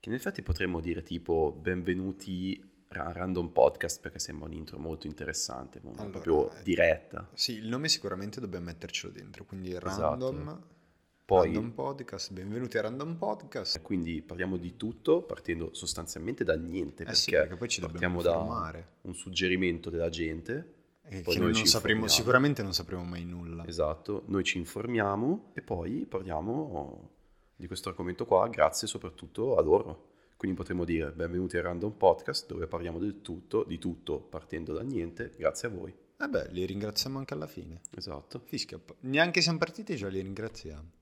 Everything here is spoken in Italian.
Che in effetti potremmo dire tipo benvenuti a Random Podcast, perché sembra un intro molto interessante, proprio diretta. Sì, il nome sicuramente dobbiamo mettercelo dentro, quindi Esatto. Random, Poi, Random Podcast, benvenuti a Random Podcast. quindi parliamo di tutto partendo sostanzialmente da niente, Eh sì, perché perché poi ci dobbiamo partiamo da informare. un suggerimento della gente, poi Che noi non ci sapremo, informiamo. sicuramente non sapremo mai nulla. Esatto, noi ci informiamo e poi parliamo di questo argomento qua, grazie soprattutto a loro. Quindi potremmo dire benvenuti a Random Podcast, dove parliamo di tutto, partendo da niente, grazie a voi. Vabbè, li ringraziamo anche alla fine. Esatto. Fischia, neanche siamo partiti già li ringraziamo.